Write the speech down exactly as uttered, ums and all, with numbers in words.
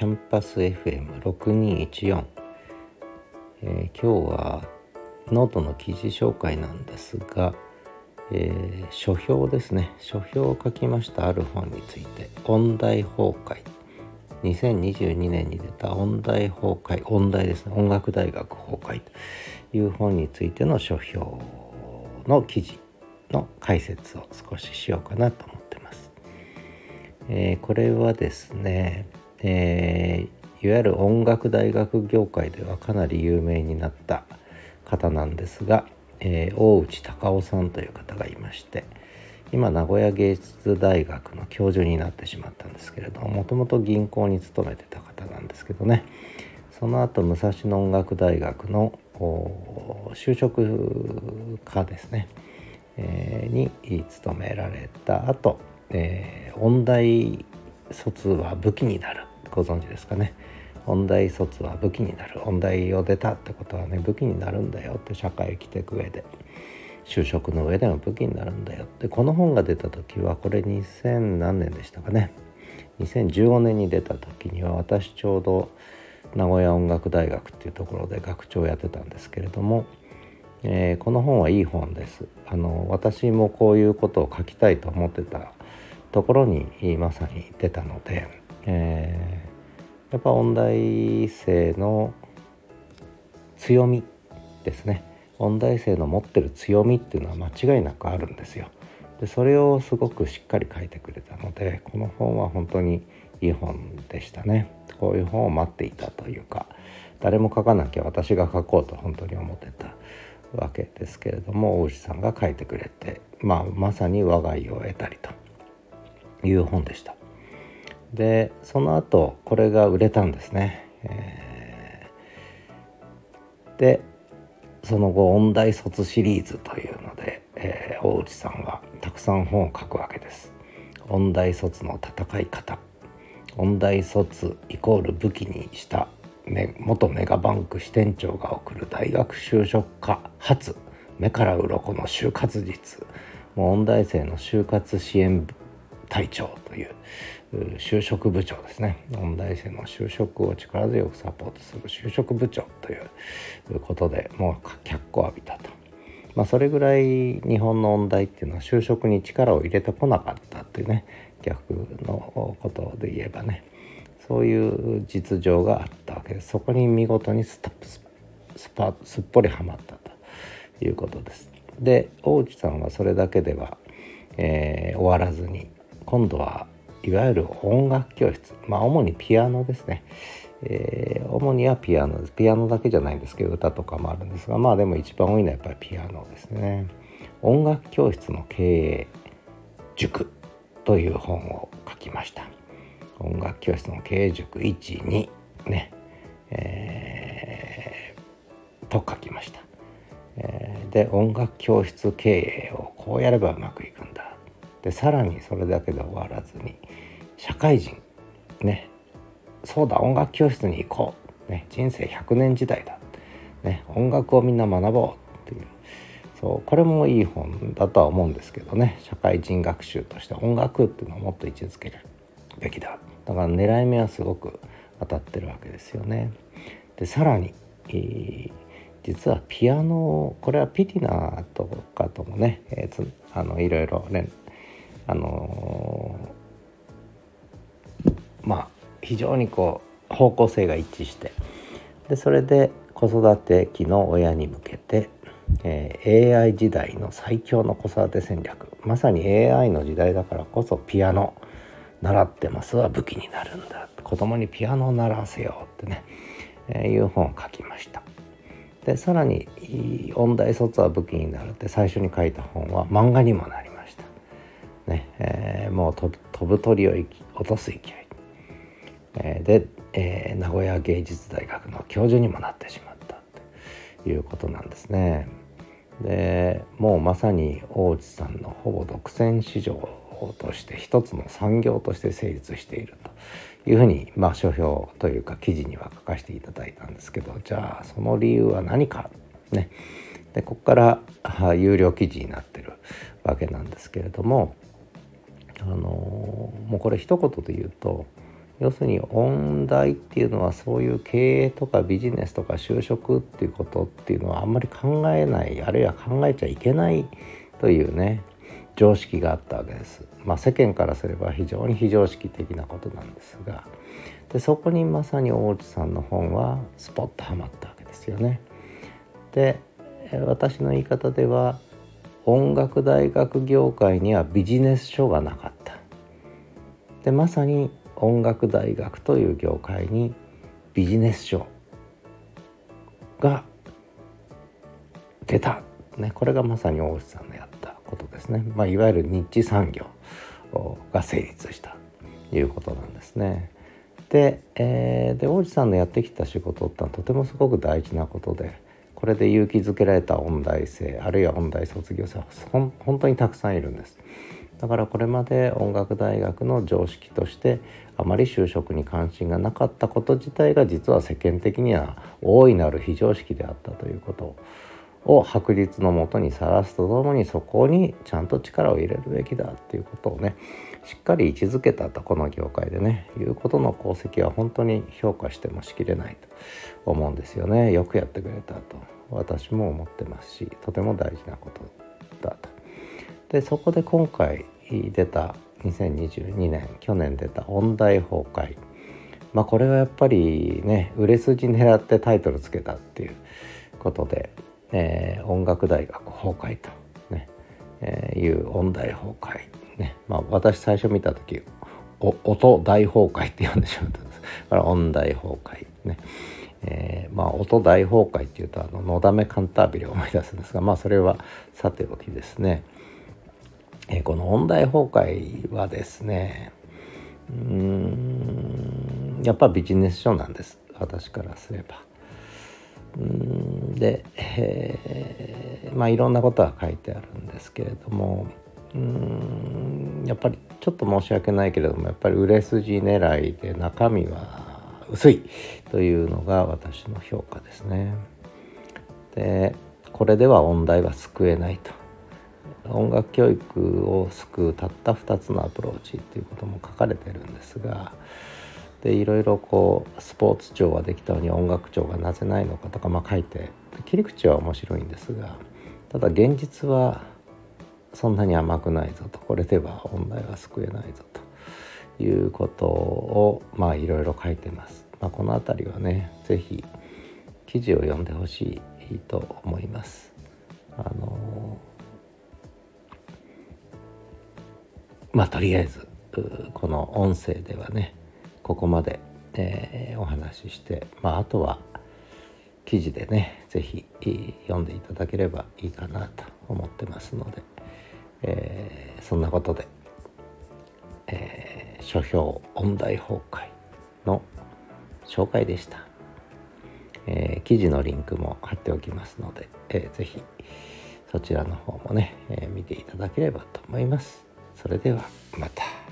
ャンパス エフエムろくにいちよん、えー、今日はノートの記事紹介なんですが、えー、書評ですね。書評を書きましたある本について、音大崩壊、にせんにじゅうにねんに出た音大崩壊、音大ですね、音楽大学崩壊という本についての書評の記事の解説を少ししようかなと思ってます。えー、これはですね、えー、いわゆる音楽大学業界ではかなり有名になった方なんですが、えー、大内孝雄さんという方がいまして、今名古屋芸術大学の教授になってしまったんですけれども、もともと銀行に勤めてた方なんですけどね、その後武蔵野音楽大学の就職課ですね、えー、に勤められた後、えー、音大卒は武器になる、ご存知ですかね。音大卒は武器になる、音大を出たってことはね武器になるんだよって、社会を生きていく上で就職の上でも武器になるんだよって。この本が出た時はこれにせん何年でしたかね、にせんじゅうごねんに出た時には私ちょうど名古屋音楽大学っていうところで学長をやってたんですけれども、えー、この本はいい本です。あの私もこういうことを書きたいと思ってたところにまさに出たので、えー、やっぱ音大生の強みですね。音大生の持ってる強みっていうのは間違いなくあるんですよ。でそれをすごくしっかり書いてくれたので、この本は本当にいい本でしたね。こういう本を待っていたというか、誰も書かなきゃ私が書こうと本当に思ってたわけですけれども、大内さんが書いてくれて、まあ、まさに我が家を得たりという本でした。でその後これが売れたんですね、えー、でその後音大卒シリーズというので、えー、大内さんはたくさん本を書くわけです。音大卒の戦い方、音大卒イコール武器にした元メガバンク支店長が送る大学就職課初目から鱗の就活術、もう音大生の就活支援隊長という就職部長ですね。音大生の就職を力強くサポートする就職部長ということでもう脚光を浴びたと。まあそれぐらい日本の音大っていうのは就職に力を入れてこなかったというね、逆のことで言えばね、そういう実情があったわけです。そこに見事にスタップスパすっぽりはまったということです。で大内さんはそれだけでは、えー、終わらずに、今度はいわゆる音楽教室、まあ主にピアノですね、えー、主にはピアノです。ピアノだけじゃないんですけど、歌とかもあるんですが、まあでも一番多いのはやっぱりピアノですね。音楽教室の経営塾という本を書きました。音楽教室の経営塾いち、にね、えー、と書きました。えー、で音楽教室経営をこうやればうまくいくんだ。でさらにそれだけで終わらずに、社会人ね、そうだ音楽教室に行こう、ね、人生ひゃくねん時代だ、ね、音楽をみんな学ぼうっていう、そうこれもいい本だとは思うんですけどね、社会人学習として音楽っていうのをもっと位置づけるべきだ。だから狙い目はすごく当たってるわけですよね。でさらに、えー、実はピアノ、これはピティナとかともね、えー、つあのいろいろね、あのー、まあ非常にこう方向性が一致して、でそれで子育て期の親に向けて、えー、エーアイ 時代の最強の子育て戦略、まさに エーアイ の時代だからこそピアノ習ってますは武器になるんだ、子供にピアノを習わせようってね、えー、いう本を書きました。でさらに音大卒は武器になるって最初に書いた本は漫画にもなりましたね。えー、もう飛ぶ鳥を落とす勢い、えー、で、えー、名古屋芸術大学の教授にもなってしまったということなんですね。でもうまさに大内さんのほぼ独占市場として一つの産業として成立しているというふうに、まあ書評というか記事には書かせていただいたんですけど、じゃあその理由は何かね。でここから有料記事になってるわけなんですけれども、あのもうこれ一言で言うと、 要するに音大っていうのはそういう経営とかビジネスとか就職っていうことっていうのはあんまり考えない、あるいは考えちゃいけないというね常識があったわけです。まあ世間からすれば非常に非常識的なことなんですが、でそこにまさに大内さんの本はスポッとはまったわけですよね。で私の言い方では音楽大学業界にはビジネス書がなかった。でまさに音楽大学という業界にビジネス書が出た、ね、これがまさに大内さんのやったことですね。まあ、いわゆるニッチ産業が成立したということなんですね。で、えー、で大内さんのやってきた仕事ってのはとてもすごく大事なことで、これで勇気づけられた音大生あるいは音大卒業生は本当にたくさんいるんです。だからこれまで音楽大学の常識としてあまり就職に関心がなかったこと自体が実は世間的には大いなる非常識であったということを白日のもとにさらすとともに、そこにちゃんと力を入れるべきだっていうことをねしっかり位置づけたと、この業界でねいうことの功績は本当に評価してもしきれないと思うんですよね。よくやってくれたと私も思ってますし、とても大事なことだと。でそこで今回出たにせんにじゅうにねん去年出た音大崩壊、まあこれはやっぱりね売れ筋狙ってタイトルつけたっていうことで、えー、音楽大学崩壊と、ねえー、いう音大崩壊ね。まあ私最初見た時お音大崩壊って呼んでしまったんです。だから音大崩壊ね。えー、まあ音大崩壊っていうとあののだめカンタービレを思い出すんですが、まあそれはさておきですね。えー、この音大崩壊はですね、うーんやっぱビジネス書なんです、私からすれば。うーんで、えー、まあいろんなことが書いてあるんですけれども、うーんやっぱりちょっと申し訳ないけれどもやっぱり売れ筋狙いで中身は薄いというのが私の評価ですね。でこれでは音大は救えないと、音楽教育を救うたったふたつのアプローチっていうことも書かれてるんですが、でいろいろこうスポーツ庁はできたのに音楽庁がなぜないのかとか、まあ、書いて切り口は面白いんですが、ただ現実はそんなに甘くないぞと、これでは音大は救えないぞということをまあいろいろ書いてます。まあ、このあたりはねぜひ記事を読んでほしいと思います。あのまあとりあえずこの音声ではねここまで、えー、お話しして、まあ、あとは記事でねぜひ読んでいただければいいかなと思ってますので、えー、そんなことで、えー、書評音大崩壊の紹介でした。えー、記事のリンクも貼っておきますので、えー、ぜひそちらの方もね、えー、見ていただければと思います。それではまた。